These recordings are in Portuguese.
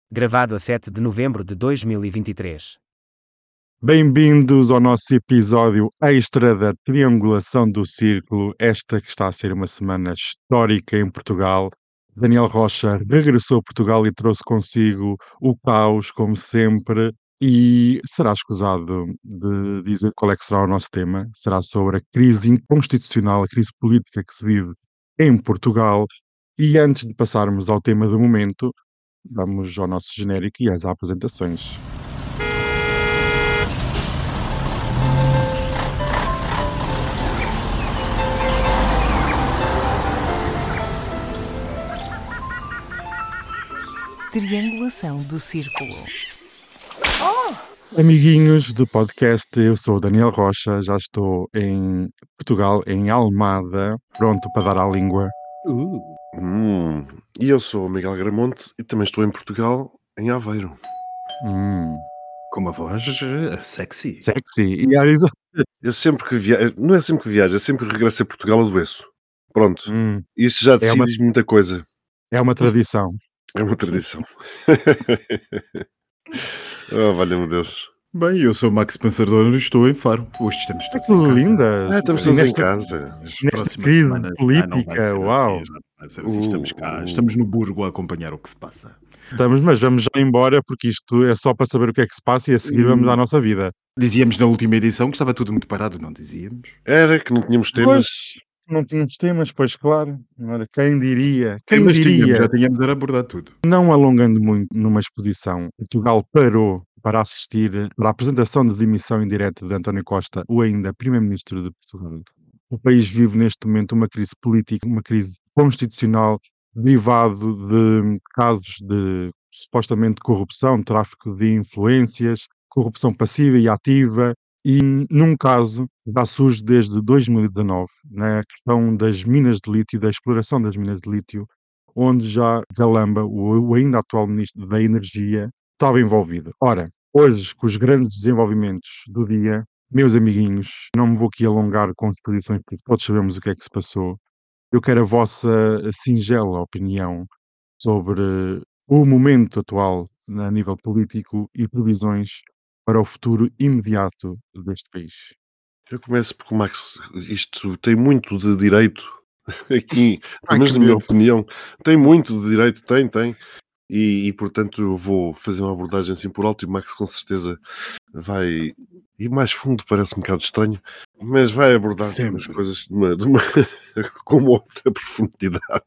Gravado a 7 de novembro de 2023. Bem-vindos ao nosso episódio extra da Triangulação do Círculo, esta que está a ser uma semana histórica em Portugal. Daniel Rocha regressou a Portugal e trouxe consigo o caos, como sempre, e será escusado de dizer qual é que será o nosso tema. Será sobre a crise constitucional, a crise política que se vive em Portugal. E antes de passarmos ao tema do momento, vamos ao nosso genérico e às apresentações. Triangulação do Círculo. Amiguinhos do podcast, eu sou o Daniel Rocha, já estou em Portugal, em Almada, pronto para dar à língua. E eu sou o Miguel Gramonte e também estou em Portugal, em Aveiro. Com uma voz sexy. Sexy. E a Isa- Eu sempre que viajo, não é sempre que viajo, é sempre que regresso a Portugal adoeço. Pronto, Hum, isto já É uma- diz muita coisa. é uma tradição. É uma tradição. Oh, valha-me Deus. Bem, eu sou o Max Pensador e estou em Faro. Hoje estamos todos Que em casa. lindas! Estamos E todos em nesta- casa. As nesta próximas crise semanas- política, não vai ser uau. assim, não vai ser assim, estamos cá. Estamos no Burgo a acompanhar o que se passa. Mas vamos já embora porque isto é só para saber o que é que se passa e a seguir vamos à nossa vida. Dizíamos na última edição que estava tudo muito parado, não dizíamos? Era que não tínhamos temas. Pois, não tínhamos temas, pois claro. Ora, quem diria? Quem Mas diria? já tínhamos era abordado tudo. Não alongando muito numa exposição, Portugal parou para assistir à apresentação de demissão em direto de António Costa, o ainda Primeiro-Ministro de Portugal. O país vive neste momento uma crise política, uma crise constitucional, derivado de casos de supostamente corrupção, tráfico de influências, corrupção passiva e ativa, e num caso já surge desde 2019, na questão das minas de lítio, da exploração das minas de lítio, onde já Galamba, o ainda atual Ministro da Energia, estava envolvido. Ora, hoje, com os grandes desenvolvimentos do dia, meus amiguinhos, não me vou aqui alongar com exposições, porque todos sabemos o que é que se passou. Eu quero a vossa singela opinião sobre o momento atual a nível político e previsões para o futuro imediato deste país. Eu começo porque o Max, isto tem muito de direito aqui, pelo menos que na minha medo. opinião, tem muito de direito, tem. E portanto eu vou fazer uma abordagem assim por alto e o Max com certeza vai ir mais fundo, parece um bocado estranho, mas vai abordar Sempre. as coisas de uma com uma outra profundidade.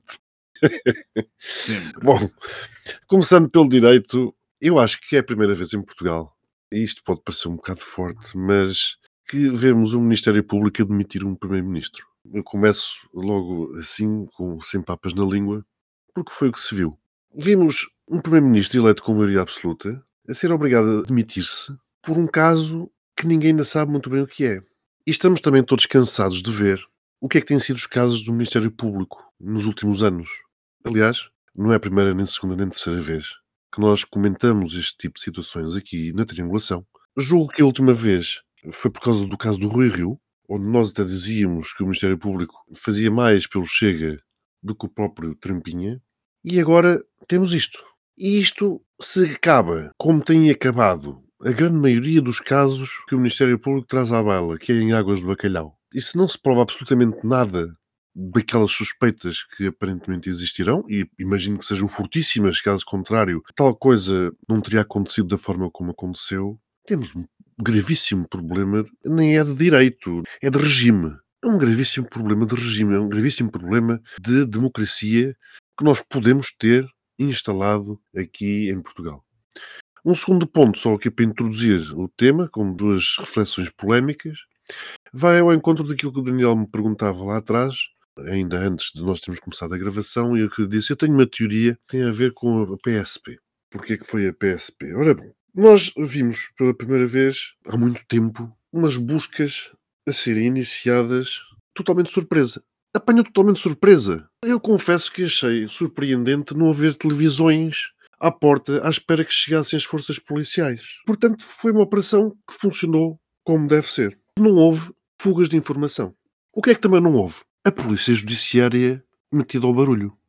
Sempre. Bom, começando pelo direito, eu acho que é a primeira vez em Portugal, e isto pode parecer um bocado forte, mas que vemos o Ministério Público a demitir um Primeiro-Ministro. Eu começo logo assim, sem papas na língua, porque foi o que se viu. Vimos um Primeiro-Ministro eleito com maioria absoluta a ser obrigado a demitir-se por um caso que ninguém ainda sabe muito bem o que é. E estamos também todos cansados de ver o que é que têm sido os casos do Ministério Público nos últimos anos. Aliás, não é a primeira, nem a segunda, nem a terceira vez que nós comentamos este tipo de situações aqui na Triangulação. Julgo que a última vez foi por causa do caso do Rui Rio, onde nós até dizíamos que o Ministério Público fazia mais pelo Chega do que o próprio Trampinha. E agora temos isto. E isto se acaba, como tem acabado a grande maioria dos casos que o Ministério Público traz à baila, que é em águas de bacalhau. E se não se prova absolutamente nada daquelas suspeitas que aparentemente existirão, e imagino que sejam fortíssimas, caso contrário, tal coisa não teria acontecido da forma como aconteceu, temos um gravíssimo problema, nem é de direito, é de regime. É um gravíssimo problema de regime, é um gravíssimo problema de democracia que nós podemos ter instalado aqui em Portugal. Um segundo ponto, só aqui para introduzir o tema, com duas reflexões polémicas, vai ao encontro daquilo que o Daniel me perguntava lá atrás, ainda antes de nós termos começado a gravação, e eu que disse, eu tenho uma teoria que tem a ver com a PSP. Porquê que foi a PSP? Ora bom, nós vimos pela primeira vez, há muito tempo, umas buscas a serem iniciadas totalmente surpresa. Apanhou totalmente surpresa. Eu confesso que achei surpreendente não haver televisões à porta à espera que chegassem as forças policiais. Portanto, foi uma operação que funcionou como deve ser. Não houve fugas de informação. O que é que também não houve? A polícia judiciária metida ao barulho.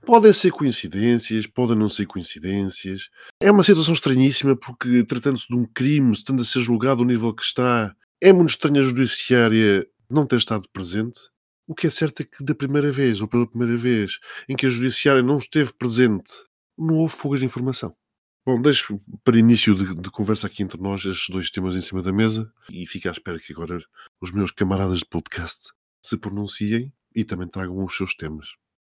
Podem ser coincidências, podem não ser coincidências. É uma situação estranhíssima porque, tratando-se de um crime, estando a ser julgado ao nível que está, é muito estranho a judiciária não ter estado presente. O que é certo é que da primeira vez, ou pela primeira vez, em que a judiciária não esteve presente, não houve fugas de informação. Bom, deixo para início de conversa aqui entre nós estes dois temas em cima da mesa e fico à espera que agora os meus camaradas de podcast se pronunciem e também tragam os seus temas.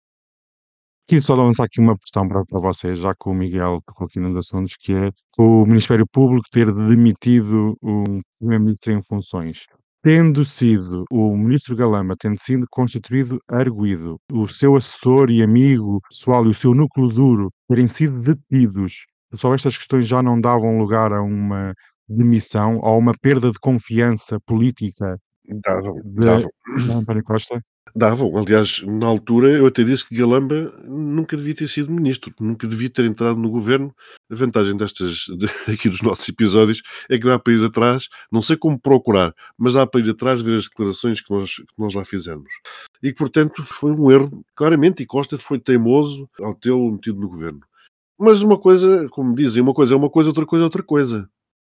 Queria só lançar aqui uma questão para vocês, já que o Miguel tocou aqui num dos assuntos, que é o Ministério Público ter demitido um primeiro-ministro em funções. Tendo sido o ministro Galamba, tendo sido constituído arguido, o seu assessor e amigo pessoal e o seu núcleo duro terem sido detidos, só estas questões já não davam lugar a uma demissão ou a uma perda de confiança política Davam, de davam. António Costa? Davam. Aliás, na altura eu até disse que Galamba nunca devia ter sido ministro, nunca devia ter entrado no governo. A vantagem aqui dos nossos episódios é que dá para ir atrás, não sei como procurar, mas dá para ir atrás ver as declarações que nós lá fizemos. E que, portanto, foi um erro, claramente, e Costa foi teimoso ao tê-lo metido no governo. Mas uma coisa, como dizem, uma coisa é uma coisa, outra coisa é outra coisa.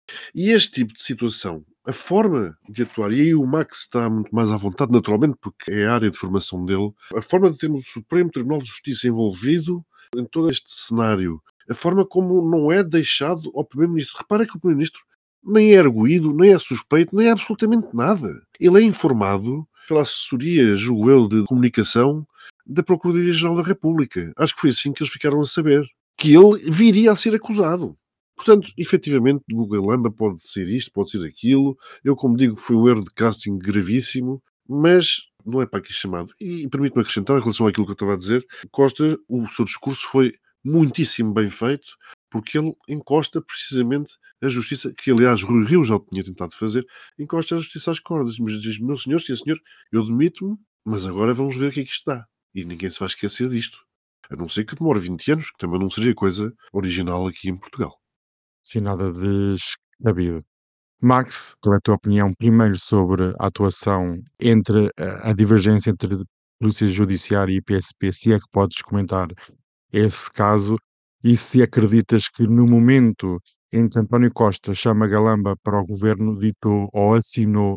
E este tipo de situação, a forma de atuar, e aí o Max está muito mais à vontade, naturalmente, porque é a área de formação dele, a forma de termos o Supremo Tribunal de Justiça envolvido em todo este cenário, a forma como não é deixado ao Primeiro-Ministro. Repara que o Primeiro-Ministro nem é arguído, nem é suspeito, nem é absolutamente nada. Ele é informado pela assessoria, julgo eu, de comunicação da Procuradoria-Geral da República. Acho que foi assim que eles ficaram a saber. Que ele viria a ser acusado. Portanto, efetivamente, o Galamba pode ser isto, pode ser aquilo. Eu, como digo, foi um erro de casting gravíssimo, mas não é para aqui chamado. E permite-me acrescentar, em relação àquilo que eu estava a dizer, Costa, o seu discurso foi muitíssimo bem feito, porque ele encosta precisamente a justiça, que aliás Rui Rio já o tinha tentado fazer, encosta a justiça às cordas. Mas diz, meu senhor, sim senhor, eu demito-me, mas agora vamos ver o que é que isto dá. E ninguém se vai esquecer disto. A não ser que demore 20 anos, que também não seria coisa original aqui em Portugal. Sem nada descabido. Max, qual é a tua opinião primeiro sobre a atuação entre a divergência entre Polícia Judiciária e PSP, se é que podes comentar esse caso, e se acreditas que no momento em que António Costa chama Galamba para o governo, ditou ou assinou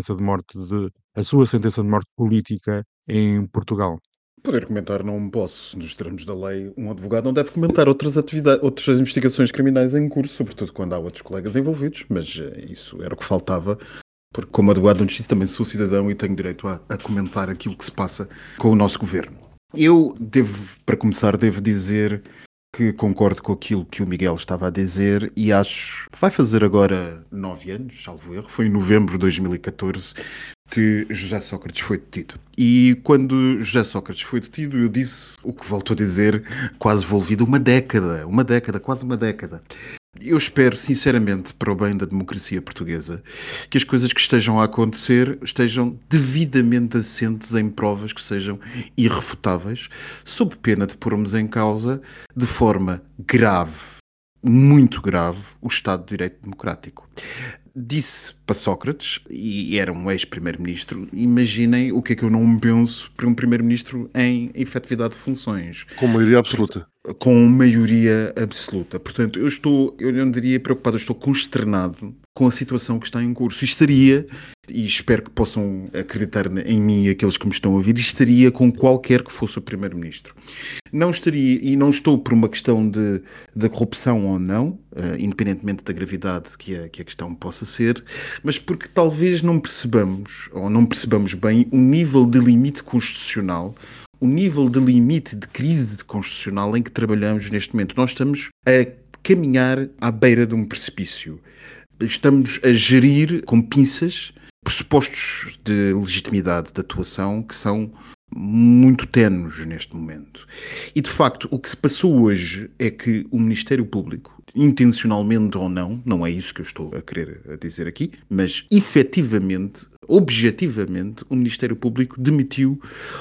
a sua sentença de morte política em Portugal? Poder comentar não posso. Nos termos da lei, um advogado não deve comentar outras investigações criminais em curso, sobretudo quando há outros colegas envolvidos, mas isso era o que faltava, porque como advogado de justiça também sou cidadão e tenho direito a comentar aquilo que se passa com o nosso governo. Para começar, devo dizer que concordo com aquilo que o Miguel estava a dizer e acho que vai fazer agora 9 anos, salvo erro, foi em novembro de 2014, que José Sócrates foi detido. E quando José Sócrates foi detido, eu disse o que volto a dizer, quase envolvido quase uma década. Eu espero, sinceramente, para o bem da democracia portuguesa, que as coisas que estejam a acontecer estejam devidamente assentes em provas que sejam irrefutáveis, sob pena de pormos em causa, de forma grave, muito grave, o Estado de Direito Democrático. Disse para Sócrates, e era um ex-primeiro-ministro, imaginem o que é que eu não penso para um primeiro-ministro em efetividade de funções. Com maioria absoluta. Com maioria absoluta. Portanto, eu não diria preocupado, eu estou consternado com a situação que está em curso. E espero que possam acreditar em mim aqueles que me estão a ouvir, estaria com qualquer que fosse o primeiro-ministro. Não estaria, e não estou por uma questão de corrupção ou não, independentemente da gravidade que a questão possa ser, mas porque talvez não percebamos, ou não percebamos bem, o nível de limite constitucional, o nível de limite de crise constitucional em que trabalhamos neste momento. Nós estamos a caminhar à beira de um precipício. Estamos a gerir com pinças pressupostos de legitimidade de atuação que são muito ténues neste momento. E, de facto, o que se passou hoje é que o Ministério Público, intencionalmente ou não é isso que eu estou a querer dizer aqui, mas efetivamente, objetivamente, o Ministério Público demitiu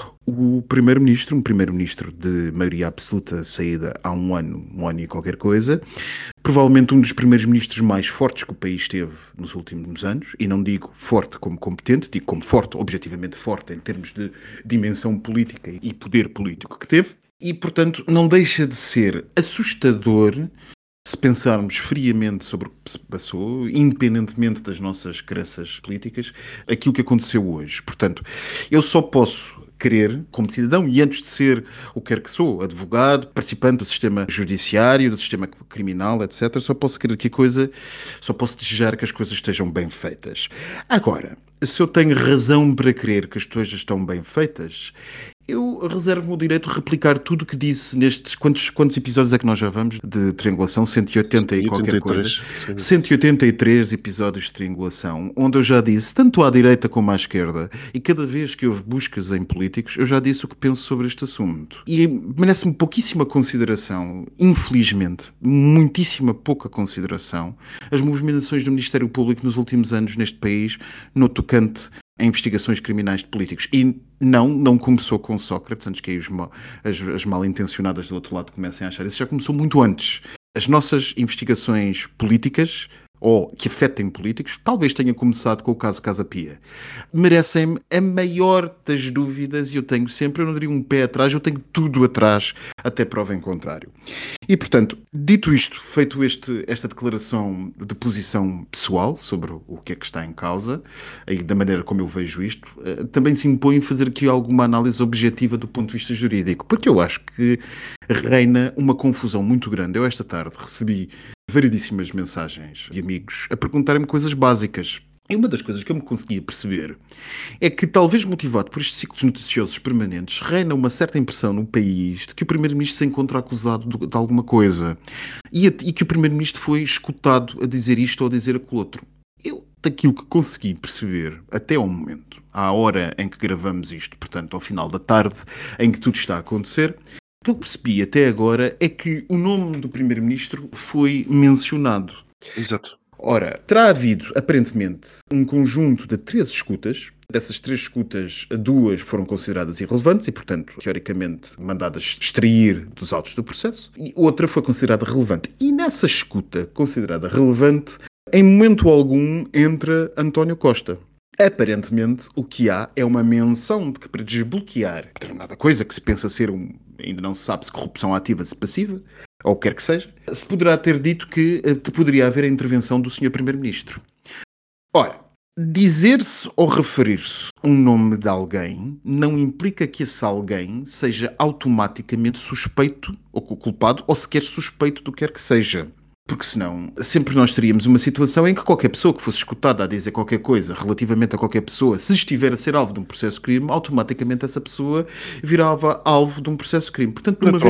o primeiro-ministro, um primeiro-ministro de maioria absoluta saída há um ano e qualquer coisa, provavelmente um dos primeiros ministros mais fortes que o país teve nos últimos anos, e não digo forte como competente, digo como forte, objetivamente forte em termos de dimensão política e poder político que teve. E, portanto, não deixa de ser assustador se pensarmos friamente sobre o que se passou, independentemente das nossas crenças políticas, aquilo que aconteceu hoje. Portanto, eu só posso querer, como cidadão, e antes de ser o que quer que sou, advogado, participante do sistema judiciário, do sistema criminal, etc., só posso querer só posso desejar que as coisas estejam bem feitas. Agora, se eu tenho razão para crer que as coisas estão bem feitas, eu reservo-me o direito de replicar tudo o que disse nestes... Quantos episódios é que nós já vamos de triangulação? 180 e qualquer coisa. 183 episódios de triangulação, onde eu já disse, tanto à direita como à esquerda, e cada vez que houve buscas em políticos, eu já disse o que penso sobre este assunto. E merece-me pouquíssima consideração, infelizmente, muitíssima pouca consideração, as movimentações do Ministério Público nos últimos anos neste país, no tocante a investigações criminais de políticos. E não começou com Sócrates, antes que aí as mal-intencionadas do outro lado comecem a achar. Isso já começou muito antes. As nossas investigações políticas, ou que afetem políticos, talvez tenha começado com o caso Casa Pia. Merecem-me a maior das dúvidas, e eu tenho sempre, eu não diria um pé atrás, eu tenho tudo atrás, até prova em contrário. E, portanto, dito isto, feito esta declaração de posição pessoal sobre o que é que está em causa, e da maneira como eu vejo isto, também se impõe fazer aqui alguma análise objetiva do ponto de vista jurídico, porque eu acho que reina uma confusão muito grande. Eu esta tarde recebi variedíssimas mensagens de amigos a perguntarem-me coisas básicas. E uma das coisas que eu me conseguia perceber é que, talvez motivado por estes ciclos noticiosos permanentes, reina uma certa impressão no país de que o Primeiro-Ministro se encontra acusado de alguma coisa e que o Primeiro-Ministro foi escutado a dizer isto ou a dizer aquilo outro. Eu, daquilo que consegui perceber até ao momento, à hora em que gravamos isto, portanto, ao final da tarde, em que tudo está a acontecer, o que eu percebi até agora é que o nome do Primeiro-Ministro foi mencionado. Exato. Ora, terá havido, aparentemente, um conjunto de 13 escutas. Dessas 3 escutas, 2 foram consideradas irrelevantes e, portanto, teoricamente, mandadas extrair dos autos do processo. E outra foi considerada relevante. E nessa escuta considerada relevante, em momento algum, entra António Costa. Aparentemente, o que há é uma menção de que, para desbloquear determinada coisa que se pensa ser ainda não se sabe se corrupção ativa, se passiva, ou o que quer que seja, se poderá ter dito que poderia haver a intervenção do Sr. Primeiro-Ministro. Ora, dizer-se ou referir-se um nome de alguém não implica que esse alguém seja automaticamente suspeito ou culpado ou sequer suspeito do que quer que seja. Porque senão, sempre nós teríamos uma situação em que qualquer pessoa que fosse escutada a dizer qualquer coisa relativamente a qualquer pessoa, se estiver a ser alvo de um processo de crime, automaticamente essa pessoa virava alvo de um processo de crime. Portanto, de uma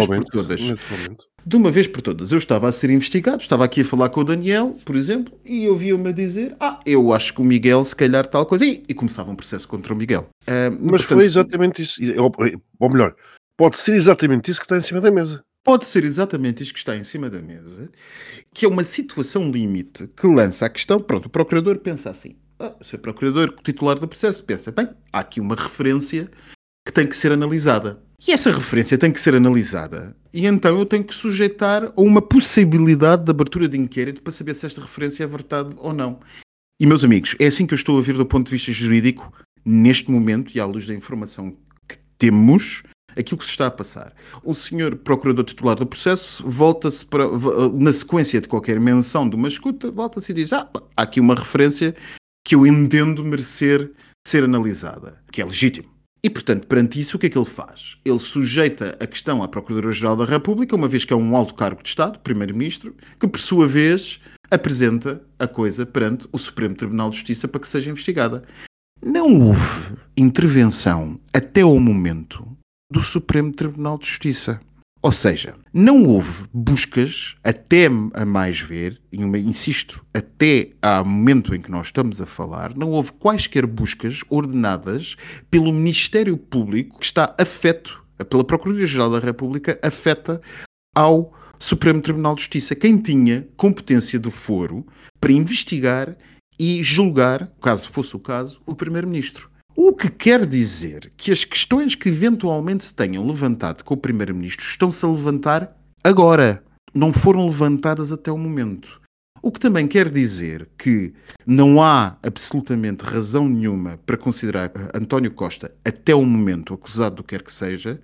vez por todas, eu estava a ser investigado, estava aqui a falar com o Daniel, por exemplo, e ouvia-me a dizer, eu acho que o Miguel se calhar tal coisa, e começava um processo contra o Miguel. Mas portanto, foi exatamente isso, ou melhor, pode ser exatamente isso que está em cima da mesa. Pode ser exatamente isto que está em cima da mesa, que é uma situação limite que lança a questão. Pronto, o procurador pensa assim. O Sr. Procurador, titular do processo, pensa, bem, há aqui uma referência que tem que ser analisada. E essa referência tem que ser analisada. E então eu tenho que sujeitar a uma possibilidade de abertura de inquérito para saber se esta referência é verdade ou não. E, meus amigos, é assim que eu estou a ver do ponto de vista jurídico, neste momento, e à luz da informação que temos, aquilo que se está a passar. O senhor procurador titular do processo volta-se para, na sequência de qualquer menção de uma escuta, volta-se e diz, há aqui uma referência que eu entendo merecer ser analisada, que é legítimo. E, portanto, perante isso, o que é que ele faz? Ele sujeita a questão à Procuradora-Geral da República, uma vez que é um alto cargo de Estado, Primeiro-Ministro, que, por sua vez, apresenta a coisa perante o Supremo Tribunal de Justiça para que seja investigada. Não houve intervenção, até ao momento, do Supremo Tribunal de Justiça. Ou seja, não houve buscas, até a mais ver, e insisto, até ao momento em que nós estamos a falar, não houve quaisquer buscas ordenadas pelo Ministério Público que está afeto, pela Procuradoria-Geral da República, afeta ao Supremo Tribunal de Justiça. Quem tinha competência de foro para investigar e julgar, caso fosse o caso, o Primeiro-Ministro. O que quer dizer que as questões que eventualmente se tenham levantado com o Primeiro-Ministro estão-se a levantar agora. Não foram levantadas até o momento. O que também quer dizer que não há absolutamente razão nenhuma para considerar António Costa, até o momento, acusado do que quer que seja,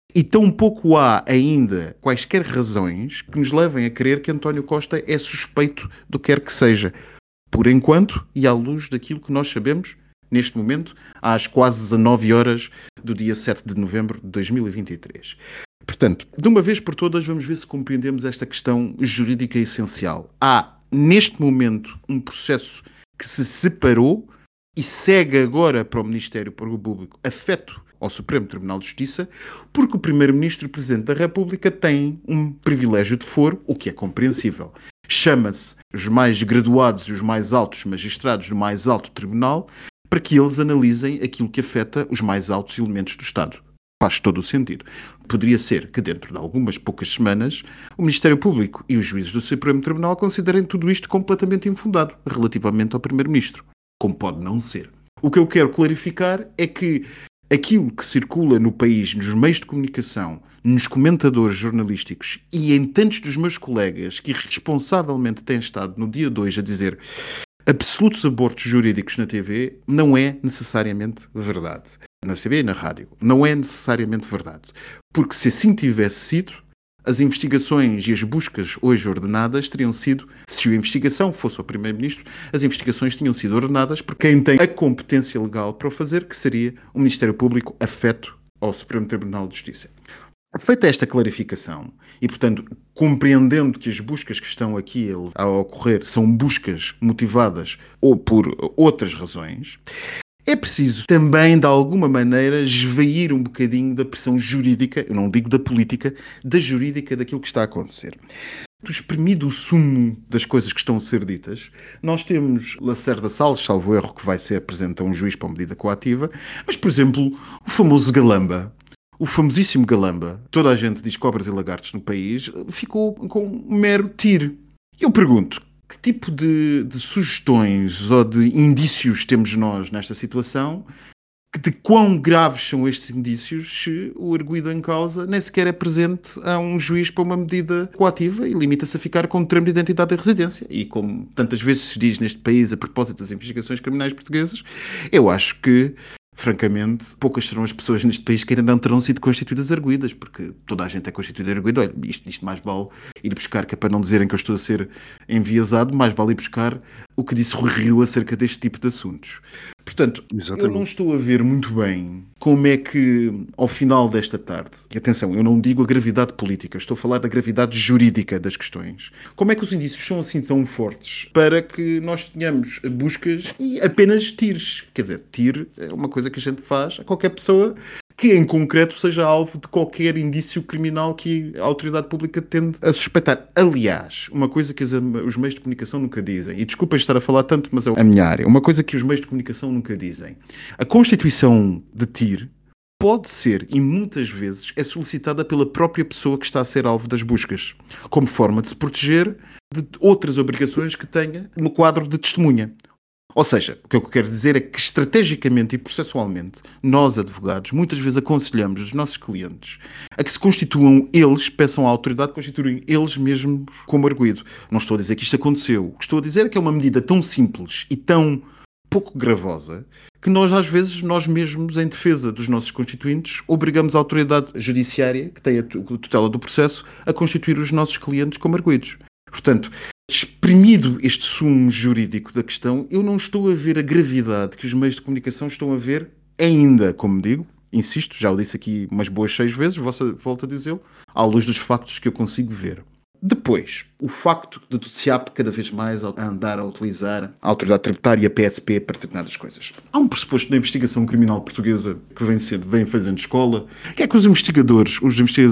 E tampouco há ainda quaisquer razões que nos levem a crer que António Costa é suspeito do que quer que seja. Por enquanto, e à luz daquilo que nós sabemos, neste momento, às quase 19 horas do dia 7 de novembro de 2023. Portanto, de uma vez por todas, vamos ver se compreendemos esta questão jurídica essencial. Há, neste momento, um processo que se separou e segue agora para o Ministério Público, afeto ao Supremo Tribunal de Justiça, porque o Primeiro-Ministro e o Presidente da República têm um privilégio de foro, o que é compreensível. Chama-se os mais graduados e os mais altos magistrados do mais alto tribunal para que eles analisem aquilo que afeta os mais altos elementos do Estado. Faz todo o sentido. Poderia ser que dentro de algumas poucas semanas o Ministério Público e os juízes do Supremo Tribunal considerem tudo isto completamente infundado relativamente ao Primeiro-Ministro, como pode não ser. O que eu quero clarificar é que aquilo que circula no país, nos meios de comunicação, nos comentadores jornalísticos e em tantos dos meus colegas que irresponsavelmente têm estado no dia 2 a dizer absolutos abortos jurídicos na TV, não é necessariamente verdade. Na TV e na rádio. Não é necessariamente verdade. Porque se assim tivesse sido, as investigações e as buscas hoje ordenadas teriam sido, se a investigação fosse o Primeiro-Ministro, as investigações tinham sido ordenadas por quem tem a competência legal para o fazer, que seria o Ministério Público afeto ao Supremo Tribunal de Justiça. Feita esta clarificação, e portanto compreendendo que as buscas que estão aqui a ocorrer são buscas motivadas ou por outras razões, é preciso também, de alguma maneira, esvair um bocadinho da pressão jurídica, eu não digo da política, da jurídica daquilo que está a acontecer. Espremido o sumo das coisas que estão a ser ditas, nós temos Lacerda Salles, salvo erro, que vai ser apresentado a um juiz para uma medida coativa, mas, por exemplo, o famoso Galamba, o famosíssimo Galamba, toda a gente diz cobras e lagartos no país, ficou com um mero tiro. E eu pergunto, que tipo de sugestões ou de indícios temos nós nesta situação? De quão graves são estes indícios se o arguido em causa nem sequer é presente a um juiz para uma medida coativa e limita-se a ficar com um termo de identidade e residência. E como tantas vezes se diz neste país a propósito das investigações criminais portuguesas, eu acho que, francamente, poucas serão as pessoas neste país que ainda não terão sido constituídas arguidas, porque toda a gente é constituída arguida. Olha, isto mais vale ir buscar, que é para não dizerem que eu estou a ser enviesado, mais vale ir buscar o que disse Rui Rio acerca deste tipo de assuntos. Portanto, eu não estou a ver muito bem como é que, ao final desta tarde, e atenção, eu não digo a gravidade política, estou a falar da gravidade jurídica das questões, como é que os indícios são assim tão fortes para que nós tenhamos buscas e apenas tiros? Quer dizer, tiro é uma coisa que a gente faz a qualquer pessoa que em concreto seja alvo de qualquer indício criminal que a autoridade pública tende a suspeitar. Aliás, uma coisa que os meios de comunicação nunca dizem, e desculpa estar a falar tanto, mas é a minha área, uma coisa que os meios de comunicação nunca dizem. A constituição de TIR pode ser, e muitas vezes, é solicitada pela própria pessoa que está a ser alvo das buscas, como forma de se proteger de outras obrigações que tenha no quadro de testemunha. Ou seja, o que eu quero dizer é que estrategicamente e processualmente, nós advogados, muitas vezes aconselhamos os nossos clientes a que se constituam eles, peçam à autoridade, constituírem eles mesmos como arguido. Não estou a dizer que isto aconteceu. O que estou a dizer é que é uma medida tão simples e tão pouco gravosa que nós, às vezes, nós mesmos, em defesa dos nossos constituintes, obrigamos a autoridade judiciária, que tem a tutela do processo, a constituir os nossos clientes como arguidos. Portanto, exprimido este sumo jurídico da questão, eu não estou a ver a gravidade que os meios de comunicação estão a ver ainda, como digo, insisto, já o disse aqui umas boas 6 vezes, volto a dizê-lo, à luz dos factos que eu consigo ver. Depois, o facto de o SEAP cada vez mais a andar a utilizar a autoridade tributária e a PSP para determinadas coisas. Há um pressuposto da investigação criminal portuguesa que vem fazendo escola, que é que os investigadores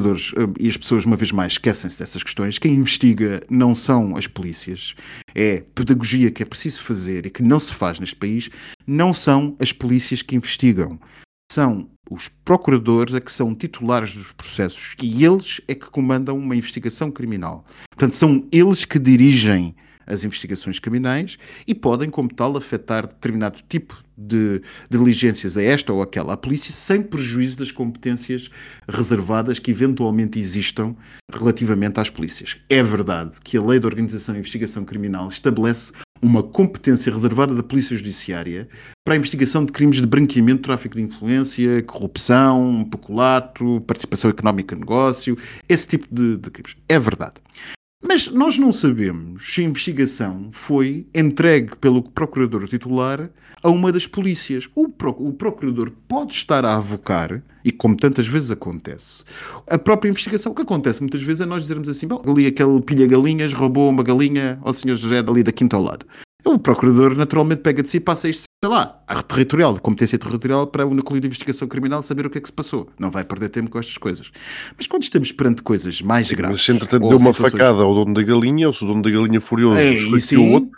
e as pessoas, uma vez mais, esquecem-se dessas questões. Quem investiga não são as polícias. É pedagogia que é preciso fazer e que não se faz neste país. Não são as polícias que investigam. São os procuradores a que são titulares dos processos e eles é que comandam uma investigação criminal. Portanto, são eles que dirigem as investigações criminais e podem, como tal, afetar determinado tipo de diligências a esta ou aquela à polícia, sem prejuízo das competências reservadas que eventualmente existam relativamente às polícias. É verdade que a Lei de Organização e Investigação Criminal estabelece uma competência reservada da Polícia Judiciária para a investigação de crimes de branqueamento, tráfico de influência, corrupção, peculato, participação económica no negócio, esse tipo de crimes. É verdade. Mas nós não sabemos se a investigação foi entregue pelo procurador titular a uma das polícias. O procurador pode estar a avocar, e como tantas vezes acontece, a própria investigação. O que acontece muitas vezes é nós dizermos assim, bom, ali aquele pilha-galinhas roubou uma galinha ao Sr. José dali da quinta ao lado. O procurador naturalmente pega de si e passa isto, sei lá, à territorial, competência territorial para o núcleo de investigação criminal saber o que é que se passou. Não vai perder tempo com estas coisas. Mas quando estamos perante coisas mais graves... Mas se entretanto deu uma facada ao dono da galinha, ou se o dono da galinha furioso... E sim, outro,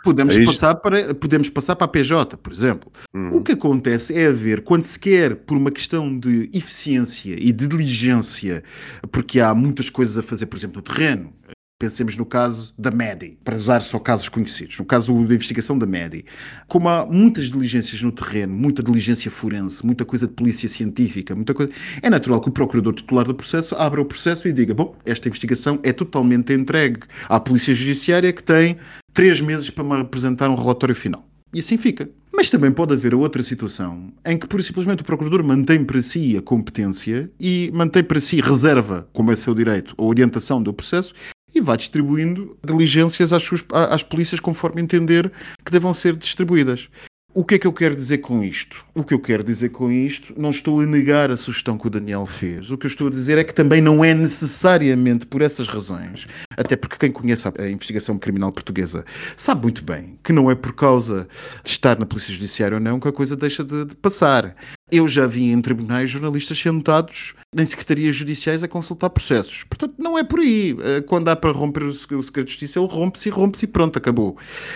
podemos passar para a PJ, por exemplo. O que acontece é haver, quando se quer, por uma questão de eficiência e de diligência, porque há muitas coisas a fazer, por exemplo, no terreno... Pensemos no caso da MEDI, para usar só casos conhecidos. No caso da investigação da MEDI. Como há muitas diligências no terreno, muita diligência forense, muita coisa de polícia científica, muita coisa... É natural que o procurador titular do processo abra o processo e diga, bom, esta investigação é totalmente entregue à Polícia Judiciária que tem 3 meses para me apresentar um relatório final. E assim fica. Mas também pode haver outra situação em que, pura e simplesmente, o procurador mantém para si a competência e mantém para si reserva, como é seu direito, a orientação do processo e vai distribuindo diligências às polícias conforme entender que devam ser distribuídas. O que é que eu quero dizer com isto? O que eu quero dizer com isto, não estou a negar a sugestão que o Daniel fez. O que eu estou a dizer é que também não é necessariamente por essas razões, até porque quem conhece a investigação criminal portuguesa sabe muito bem que não é por causa de estar na Polícia Judiciária ou não que a coisa deixa de passar. Eu já vi em tribunais jornalistas sentados em secretarias judiciais a consultar processos. Portanto, não é por aí. Quando há para romper o segredo de justiça, ele rompe-se e pronto, acabou.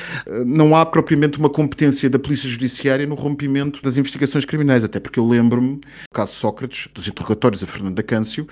Não há propriamente uma competência da Polícia Judiciária no rompimento das investigações criminais, até porque eu lembro-me, no caso Sócrates, dos interrogatórios a Fernanda Câncio,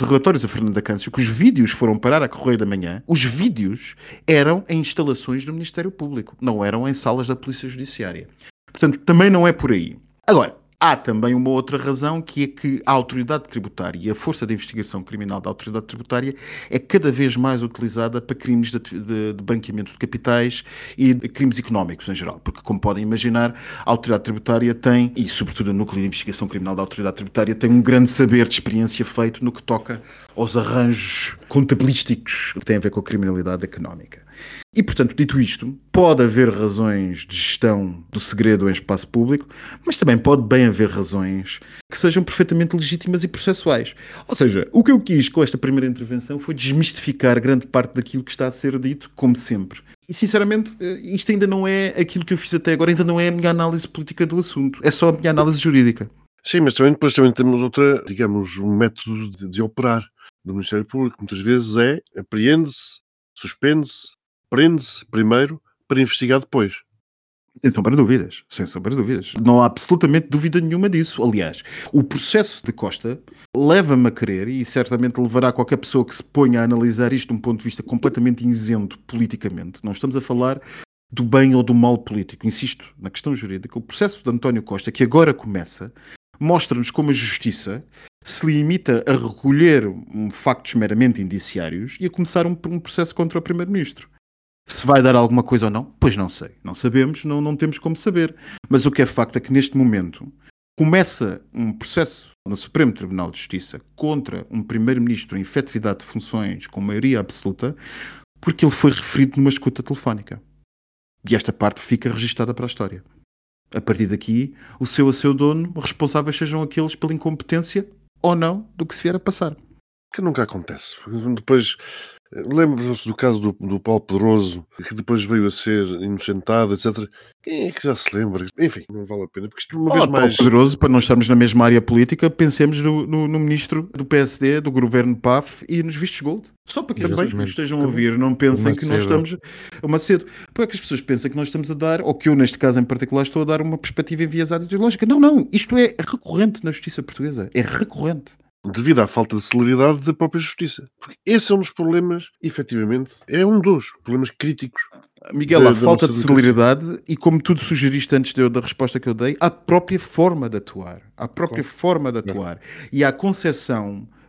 que os vídeos foram parar a Correio da Manhã, os vídeos eram em instalações do Ministério Público, não eram em salas da Polícia Judiciária. Portanto, também não é por aí. Agora, há também uma outra razão, que é que a autoridade tributária e a força de investigação criminal da autoridade tributária é cada vez mais utilizada para crimes de branqueamento de capitais e de crimes económicos em geral. Porque, como podem imaginar, a autoridade tributária tem, e sobretudo o núcleo de investigação criminal da autoridade tributária, tem um grande saber de experiência feito no que toca aos arranjos contabilísticos que têm a ver com a criminalidade económica. E, portanto, dito isto, pode haver razões de gestão do segredo em espaço público, mas também pode bem haver razões que sejam perfeitamente legítimas e processuais. Ou seja, o que eu quis com esta primeira intervenção foi desmistificar grande parte daquilo que está a ser dito, como sempre. E, sinceramente, isto ainda não é aquilo que eu fiz até agora, ainda não é a minha análise política do assunto, é só a minha análise jurídica. Sim, mas depois temos outra, digamos, um método de operar do Ministério Público. Muitas vezes apreende-se, suspende-se, prende-se primeiro para investigar depois. Sem sombra de dúvidas. Não há absolutamente dúvida nenhuma disso. Aliás, o processo de Costa leva-me a crer, e certamente levará qualquer pessoa que se ponha a analisar isto de um ponto de vista completamente isento politicamente. Não estamos a falar do bem ou do mal político. Insisto, na questão jurídica, o processo de António Costa, que agora começa, mostra-nos como a Justiça se limita a recolher factos meramente indiciários e a começar um processo contra o Primeiro-Ministro. Se vai dar alguma coisa ou não? Pois não sei. Não sabemos, não temos como saber. Mas o que é facto é que neste momento começa um processo no Supremo Tribunal de Justiça contra um Primeiro-Ministro em efetividade de funções com maioria absoluta porque ele foi referido numa escuta telefónica. E esta parte fica registada para a história. A partir daqui, o seu dono, responsáveis sejam aqueles pela incompetência ou não do que se vier a passar. Que nunca acontece. Depois, lembram-se do caso do Paulo Pedroso, que depois veio a ser inocentado, etc. Quem é que já se lembra? Enfim, não vale a pena, porque isto uma vez mais... Paulo Pedroso, para não estarmos na mesma área política, pensemos no ministro do PSD, do governo PAF e nos vistos gold. Só para que as pessoas que nos estejam a ouvir não pensem que nós estamos... Macedo. Para que as pessoas pensem que nós estamos a dar, ou que eu neste caso em particular estou a dar uma perspectiva enviesada ideológica. Não. Isto é recorrente na justiça portuguesa. É recorrente. Devido à falta de celeridade da própria justiça. Porque esse é um dos problemas, efetivamente, é um dos problemas críticos. Miguel, a falta de celeridade e, como tu sugeriste antes da resposta que eu dei, a própria forma de atuar. E a concepção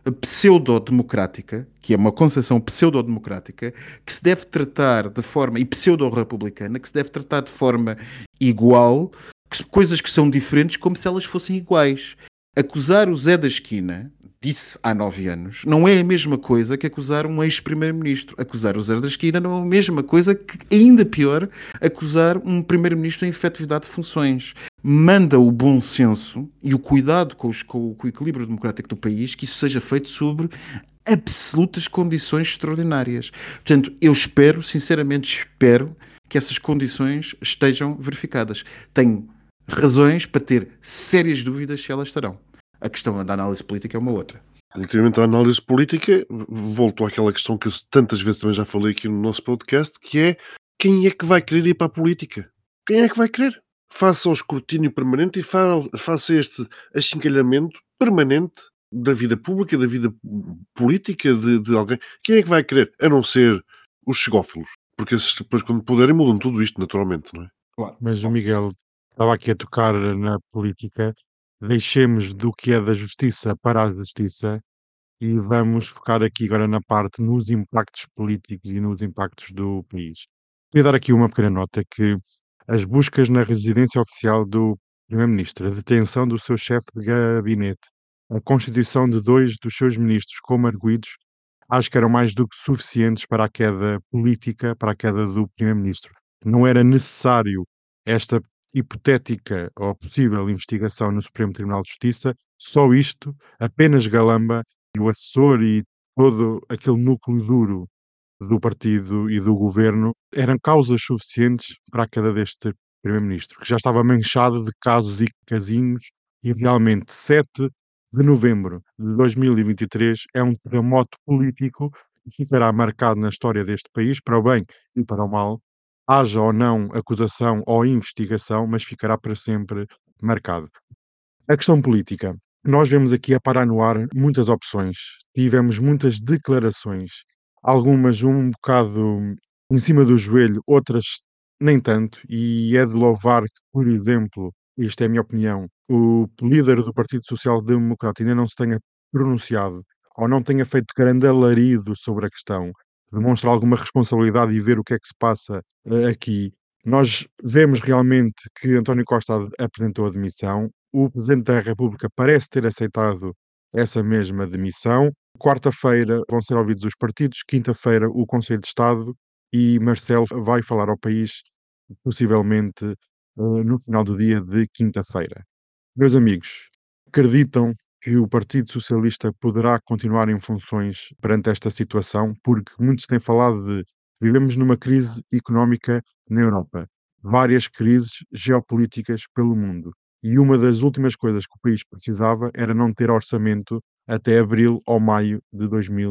pseudo-democrática, que é uma concepção pseudo-democrática, que se deve tratar de forma, e pseudo-republicana, que se deve tratar de forma igual, coisas que são diferentes como se elas fossem iguais. Acusar o Zé da Esquina, disse há 9 anos, não é a mesma coisa que acusar um ex-primeiro-ministro. Acusar o Zé da Esquina não é a mesma coisa que, ainda pior, acusar um primeiro-ministro em efetividade de funções. Manda o bom senso e o cuidado com o equilíbrio democrático do país que isso seja feito sobre absolutas condições extraordinárias. Portanto, eu espero, sinceramente espero, que essas condições estejam verificadas. Tenho razões para ter sérias dúvidas se elas estarão. A questão da análise política é uma outra. Relativamente à análise política, volto àquela questão que eu tantas vezes também já falei aqui no nosso podcast, que é quem é que vai querer ir para a política? Quem é que vai querer? Faça o escrutínio permanente e faça este achincalhamento permanente da vida pública, da vida política de alguém. Quem é que vai querer? A não ser os chegófilos. Porque esses depois, quando puderem, mudam tudo isto naturalmente, não é? Claro. Mas o Miguel estava aqui a tocar na política. Deixemos do que é da justiça para a justiça e vamos focar aqui agora na parte nos impactos políticos e nos impactos do país. Queria dar aqui uma pequena nota que as buscas na residência oficial do Primeiro-Ministro, a detenção do seu chefe de gabinete, a constituição de 2 dos seus ministros como arguidos, acho que eram mais do que suficientes para a queda política, para a queda do Primeiro-Ministro. Não era necessário esta hipotética ou possível investigação no Supremo Tribunal de Justiça, só isto, apenas galamba, e o assessor e todo aquele núcleo duro do partido e do governo eram causas suficientes para a queda deste primeiro-ministro, que já estava manchado de casos e casinhos, e realmente 7 de novembro de 2023 é um terremoto político que ficará marcado na história deste país, para o bem e para o mal, haja ou não acusação ou investigação, mas ficará para sempre marcado. A questão política. Nós vemos aqui a parar no ar muitas opções, tivemos muitas declarações, algumas um bocado em cima do joelho, outras nem tanto, e é de louvar que, por exemplo, isto é a minha opinião, o líder do Partido Social Democrata ainda não se tenha pronunciado ou não tenha feito grande alarido sobre a questão, demonstra alguma responsabilidade e ver o que é que se passa aqui. Nós vemos realmente que António Costa apresentou a demissão, o Presidente da República parece ter aceitado essa mesma demissão. Quarta-feira vão ser ouvidos os partidos, quinta-feira o Conselho de Estado e Marcelo vai falar ao país, possivelmente no final do dia de quinta-feira. Meus amigos, acreditam que o Partido Socialista poderá continuar em funções perante esta situação? Porque muitos têm falado de vivemos numa crise económica na Europa, várias crises geopolíticas pelo mundo. E uma das últimas coisas que o país precisava era não ter orçamento até abril ou maio de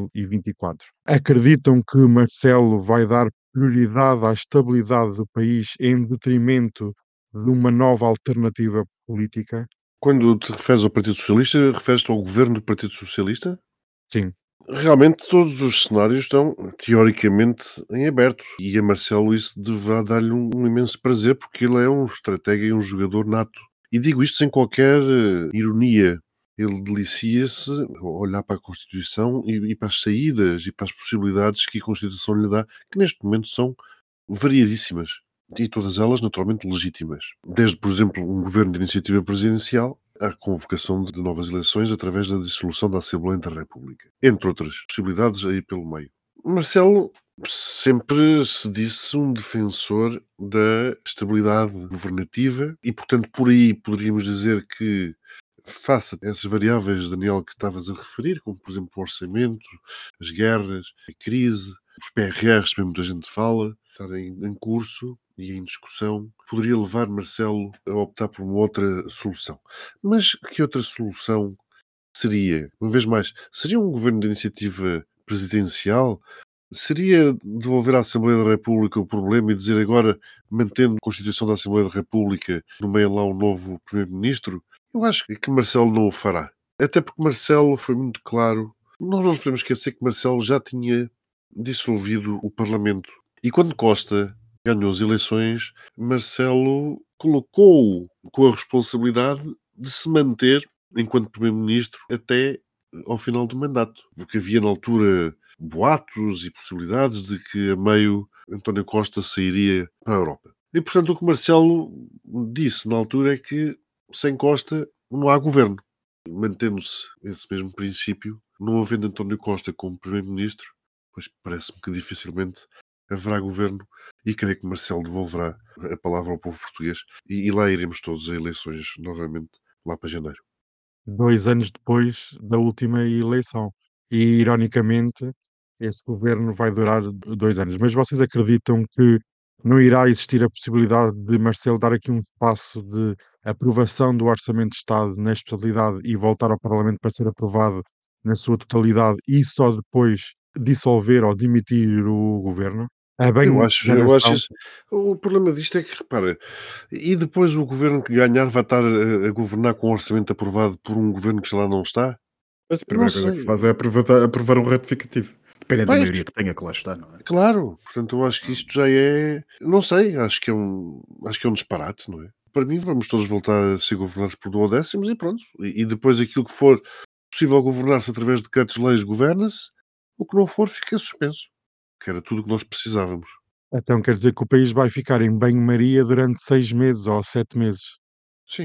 2024. Acreditam que Marcelo vai dar prioridade à estabilidade do país em detrimento de uma nova alternativa política? Quando te referes ao Partido Socialista, referes-te ao governo do Partido Socialista? Sim. Realmente todos os cenários estão teoricamente em aberto e a Marcelo isso deverá dar-lhe um imenso prazer porque ele é um estratega e um jogador nato. E digo isto sem qualquer ironia. Ele delicia-se a olhar para a Constituição e para as saídas e para as possibilidades que a Constituição lhe dá, que neste momento são variadíssimas. E todas elas naturalmente legítimas. Desde, por exemplo, um governo de iniciativa presidencial à convocação de novas eleições através da dissolução da Assembleia da República. Entre outras possibilidades aí pelo meio. Marcelo sempre se disse um defensor da estabilidade governativa e, portanto, por aí poderíamos dizer que, face a essas variáveis, Daniel, que estavas a referir, como, por exemplo, o orçamento, as guerras, a crise, os PRRs, que muita gente fala, estarem em curso e em discussão, poderia levar Marcelo a optar por uma outra solução. Mas que outra solução seria? Uma vez mais, seria um governo de iniciativa presidencial? Seria devolver à Assembleia da República o problema e dizer agora, mantendo a Constituição da Assembleia da República, nomeia lá um novo Primeiro-Ministro? Eu acho que Marcelo não o fará. Até porque Marcelo foi muito claro. Nós não nos podemos esquecer que Marcelo já tinha dissolvido o Parlamento. E quando Costa ganhou as eleições, Marcelo colocou-o com a responsabilidade de se manter enquanto Primeiro-Ministro até ao final do mandato. Porque havia na altura boatos e possibilidades de que a meio António Costa sairia para a Europa. E, portanto, o que Marcelo disse na altura é que sem Costa não há governo. Mantendo-se esse mesmo princípio, não havendo António Costa como Primeiro-Ministro, pois parece-me que dificilmente haverá governo e creio que Marcelo devolverá a palavra ao povo português e lá iremos todos a eleições novamente, lá para janeiro. 2 anos depois da última eleição. E, ironicamente, esse governo vai durar 2 anos. Mas vocês acreditam que não irá existir a possibilidade de Marcelo dar aqui um espaço de aprovação do Orçamento de Estado na especialidade e voltar ao Parlamento para ser aprovado na sua totalidade e só depois dissolver ou demitir o governo? A Eu bem acho, da eu acho nação. isso. O problema disto é que, repara, e depois o governo que ganhar vai estar a governar com um orçamento aprovado por um governo que já lá não está? Mas a Eu não primeira coisa que sei. faz é aprovar um retificativo. Dependendo da Pois, maioria que tenha, que lá está, não é? claro. Portanto, eu acho que isto já é. Não sei, acho que é um disparate, não é? Para mim, vamos todos voltar a ser governados por duodécimos e pronto. E depois aquilo que for possível governar-se através de decretos-leis governa-se, o que não for fica suspenso. Que era tudo o que nós precisávamos. Então quer dizer que o país vai ficar em banho-maria durante 6 meses ou 7 meses. Sim,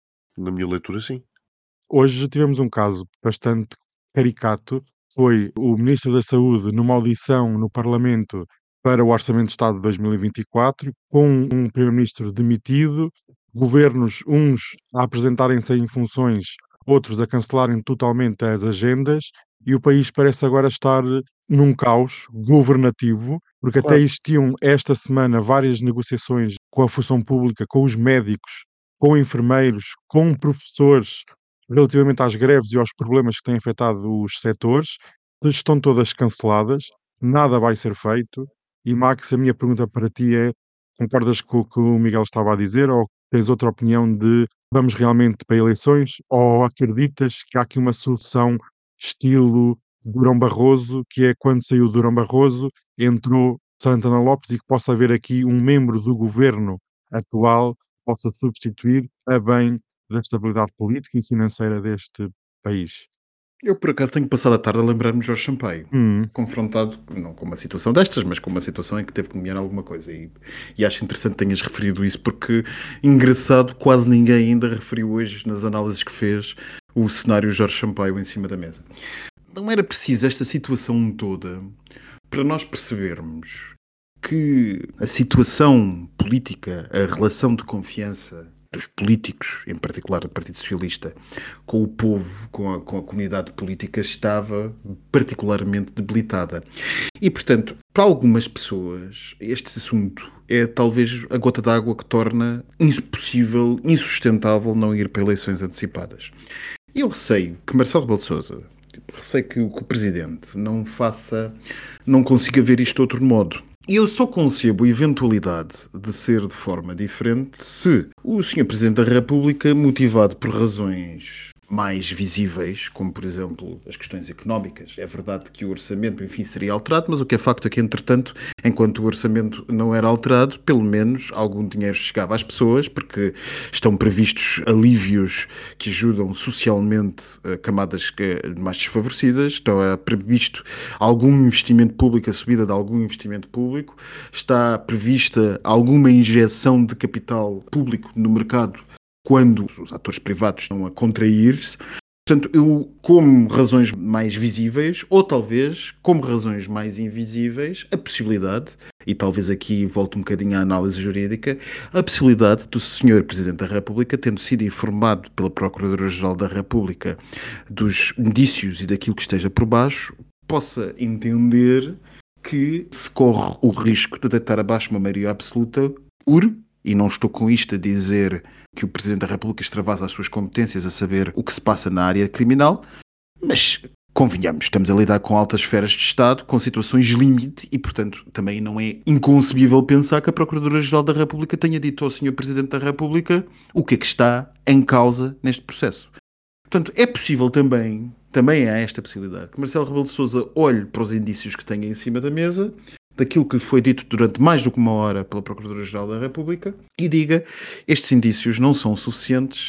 na minha leitura, sim. Hoje tivemos um caso bastante caricato, foi o Ministro da Saúde numa audição no Parlamento para o Orçamento de Estado de 2024, com um Primeiro-Ministro demitido, governos uns a apresentarem-se em funções, outros a cancelarem totalmente as agendas, e o país parece agora estar num caos governativo, porque até Claro, existiam esta semana várias negociações com a função pública, com os médicos, com enfermeiros, com professores, relativamente às greves e aos problemas que têm afetado os setores, estão todas canceladas, nada vai ser feito. E Max, a minha pergunta para ti é: concordas com o que o Miguel estava a dizer ou tens outra opinião de vamos realmente para eleições ou acreditas que há aqui uma solução estilo Durão Barroso, que é quando saiu Durão Barroso, entrou Santana Lopes e que possa haver aqui um membro do governo atual que possa substituir a bem da estabilidade política e financeira deste país? Eu, por acaso, tenho passado a tarde a lembrar-me de Jorge Sampaio, Hum, confrontado, não com uma situação destas, mas com uma situação em que teve que nomear alguma coisa. E acho interessante que tenhas referido isso, porque, engraçado, quase ninguém ainda referiu hoje, nas análises que fez, o cenário Jorge Sampaio em cima da mesa. Não era preciso esta situação toda para nós percebermos que a situação política, a relação de confiança dos políticos, em particular do Partido Socialista, com o povo, com a comunidade política, estava particularmente debilitada. E, portanto, para algumas pessoas, este assunto é talvez a gota d'água que torna impossível, insustentável não ir para eleições antecipadas. E eu receio que Marcelo Rebelo de Sousa, receio que o Presidente não consiga ver isto de outro modo. E eu só concebo a eventualidade de ser de forma diferente se o Sr. Presidente da República, motivado por razões mais visíveis, como por exemplo as questões económicas. É verdade que o orçamento, enfim, seria alterado, mas o que é facto é que, entretanto, enquanto o orçamento não era alterado, pelo menos algum dinheiro chegava às pessoas, porque estão previstos alívios que ajudam socialmente a camadas mais desfavorecidas, está previsto algum investimento público, a subida de algum investimento público, está prevista alguma injeção de capital público no mercado quando os atores privados estão a contrair-se. Portanto, eu, como razões mais visíveis, ou talvez, como razões mais invisíveis, a possibilidade, e talvez aqui volte um bocadinho à análise jurídica, a possibilidade do Sr. Presidente da República, tendo sido informado pela Procuradora-Geral da República dos indícios e daquilo que esteja por baixo, possa entender que se corre o risco de deitar abaixo uma maioria absoluta e não estou com isto a dizer que o Presidente da República extravasa as suas competências a saber o que se passa na área criminal, mas convenhamos, estamos a lidar com altas esferas de Estado, com situações limite e, portanto, também não é inconcebível pensar que a Procuradora-Geral da República tenha dito ao Sr. Presidente da República o que é que está em causa neste processo. Portanto, é possível também há esta possibilidade, que Marcelo Rebelo de Sousa olhe para os indícios que tenha em cima da mesa, daquilo que lhe foi dito durante mais do que uma hora pela Procuradora-Geral da República e diga: estes indícios não são suficientes,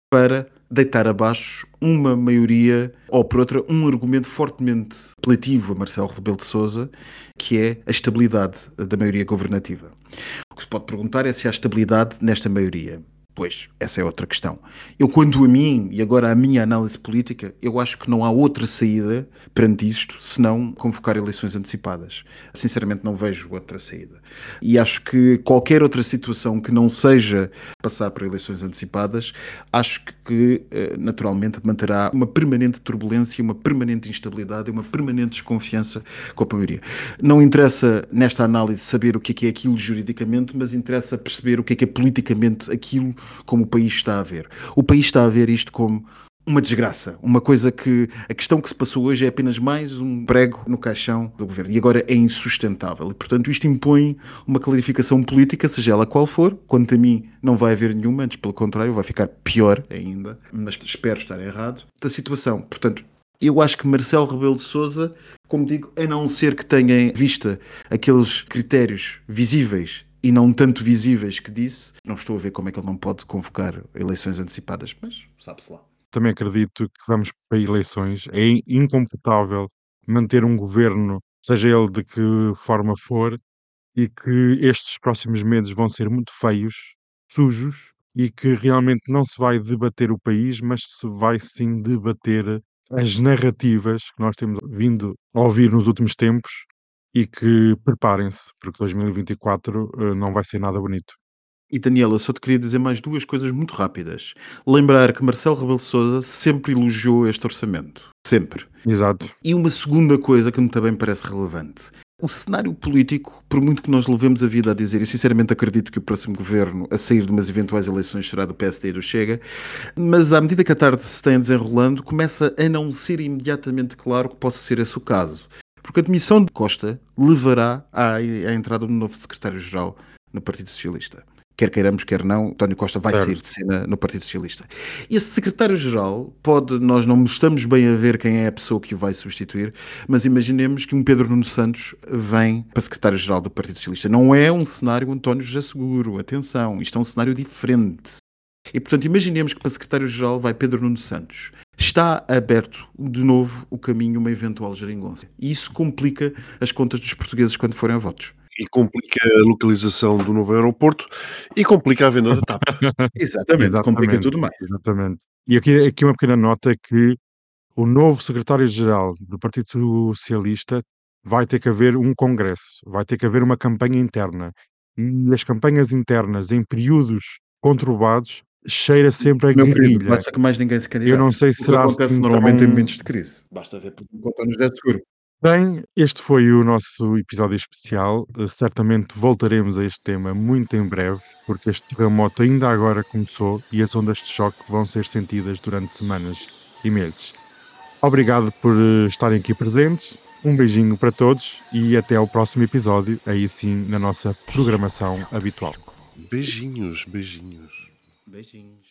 para deitar abaixo uma maioria, ou por outra, um argumento fortemente apelativo a Marcelo Rebelo de Sousa, que é a estabilidade da maioria governativa. O que se pode perguntar é se há estabilidade nesta maioria. Pois, essa é outra questão. Eu, quanto a mim, e agora a minha análise política, eu acho que não há outra saída perante isto, senão convocar eleições antecipadas. Sinceramente, não vejo outra saída. E acho que qualquer outra situação que não seja passar por eleições antecipadas, acho que naturalmente manterá uma permanente turbulência, uma permanente instabilidade e uma permanente desconfiança com a maioria. Não interessa, nesta análise, saber o que é aquilo juridicamente, mas interessa perceber o que é politicamente aquilo como o país está a ver. O país está a ver isto como uma desgraça, uma coisa que a questão que se passou hoje é apenas mais um prego no caixão do governo e agora é insustentável e, portanto, isto impõe uma clarificação política, seja ela qual for. Quanto a mim, não vai haver nenhuma, antes pelo contrário, vai ficar pior ainda, mas espero estar errado, da situação. Portanto, eu acho que Marcelo Rebelo de Sousa, como digo, a não ser que tenha em vista aqueles critérios visíveis e não tanto visíveis que disse, não estou a ver como é que ele não pode convocar eleições antecipadas, mas sabe-se lá. Também acredito que vamos para eleições. É incomputável manter um governo, seja ele de que forma for, e que estes próximos meses vão ser muito feios, sujos, e que realmente não se vai debater o país, mas se vai sim debater as narrativas que nós temos vindo a ouvir nos últimos tempos e que preparem-se, porque 2024 não vai ser nada bonito. E Daniela, eu só te queria dizer mais duas coisas muito rápidas. Lembrar que Marcelo Rebelo de Sousa sempre elogiou este orçamento. Sempre. Exato. E uma segunda coisa que me também parece relevante. O cenário político, por muito que nós levemos a vida a dizer, eu sinceramente acredito que o próximo governo a sair de umas eventuais eleições será do PSD e do Chega, mas à medida que a tarde se tem desenrolando, começa a não ser imediatamente claro que possa ser esse o caso. Porque a demissão de Costa levará à entrada de um novo secretário-geral no Partido Socialista. Quer queiramos, quer não, António Costa vai sair de cena no Partido Socialista. Esse secretário-geral nós não estamos bem a ver quem é a pessoa que o vai substituir, mas imaginemos que um Pedro Nuno Santos vem para secretário-geral do Partido Socialista. Não é um cenário António José Seguro, atenção, isto é um cenário diferente. E, portanto, imaginemos que para secretário-geral vai Pedro Nuno Santos. Está aberto de novo o caminho a uma eventual geringonça. E isso complica as contas dos portugueses quando forem a votos. E complica a localização do novo aeroporto e complica a venda da TAP. Exatamente, complica tudo mais. Exatamente. E aqui uma pequena nota que o novo secretário-geral do Partido Socialista vai ter que haver um congresso, vai ter que haver uma campanha interna. E as campanhas internas em períodos conturbados cheira sempre a guerrilha. Basta que mais ninguém se candidate. Eu não sei se será acontece assim normalmente tão... em momentos de crise. Basta ver, por exemplo, António José Seguro. Bem, este foi o nosso episódio especial. Certamente voltaremos a este tema muito em breve, porque este terremoto ainda agora começou e as ondas de choque vão ser sentidas durante semanas e meses. Obrigado por estarem aqui presentes. Um beijinho para todos e até ao próximo episódio, aí sim na nossa programação habitual. Beijinhos, beijinhos. Beijinhos.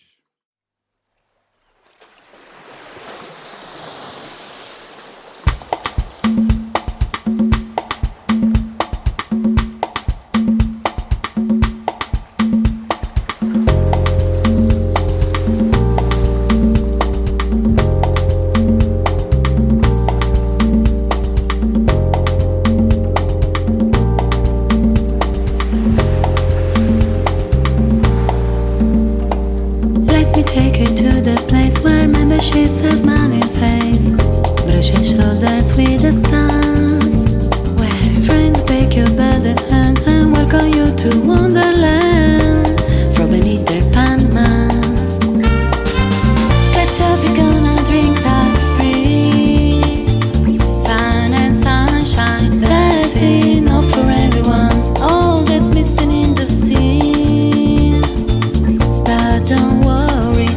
Ships has money face, brushing shoulders with the stars. Where strangers take your by the hand and welcome you to Wonderland from beneath their Panamas. Get tropical and drinks are free, fun and sunshine. There's enough for everyone, all that's missing in the sea. But don't worry,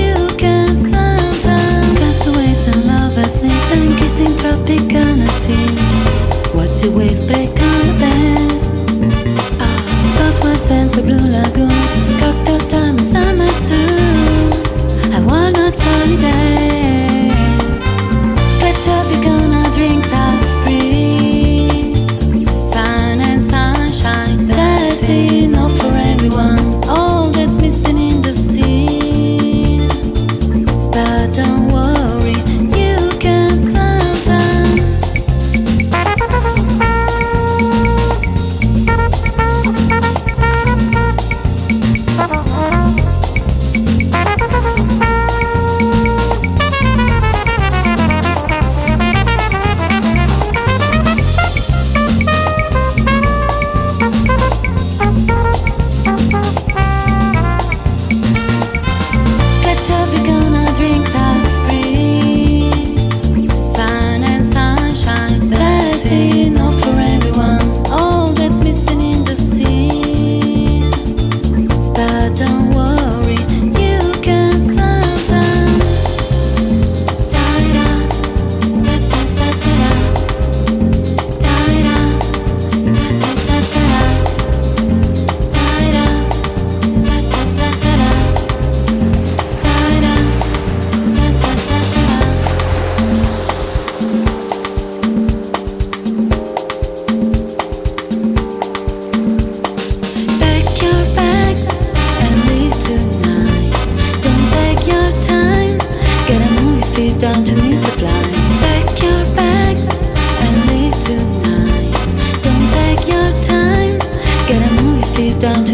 and kissing Tropicana sea. Watch the waves break on the bed. Software sense of blue lagoon. Cocktail time and summer stew. A walnut holiday. Get Tropicana drinks are free. Fun and sunshine. There's enough for everyone. All that's missing in the sea.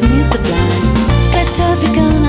is the plan. Got to become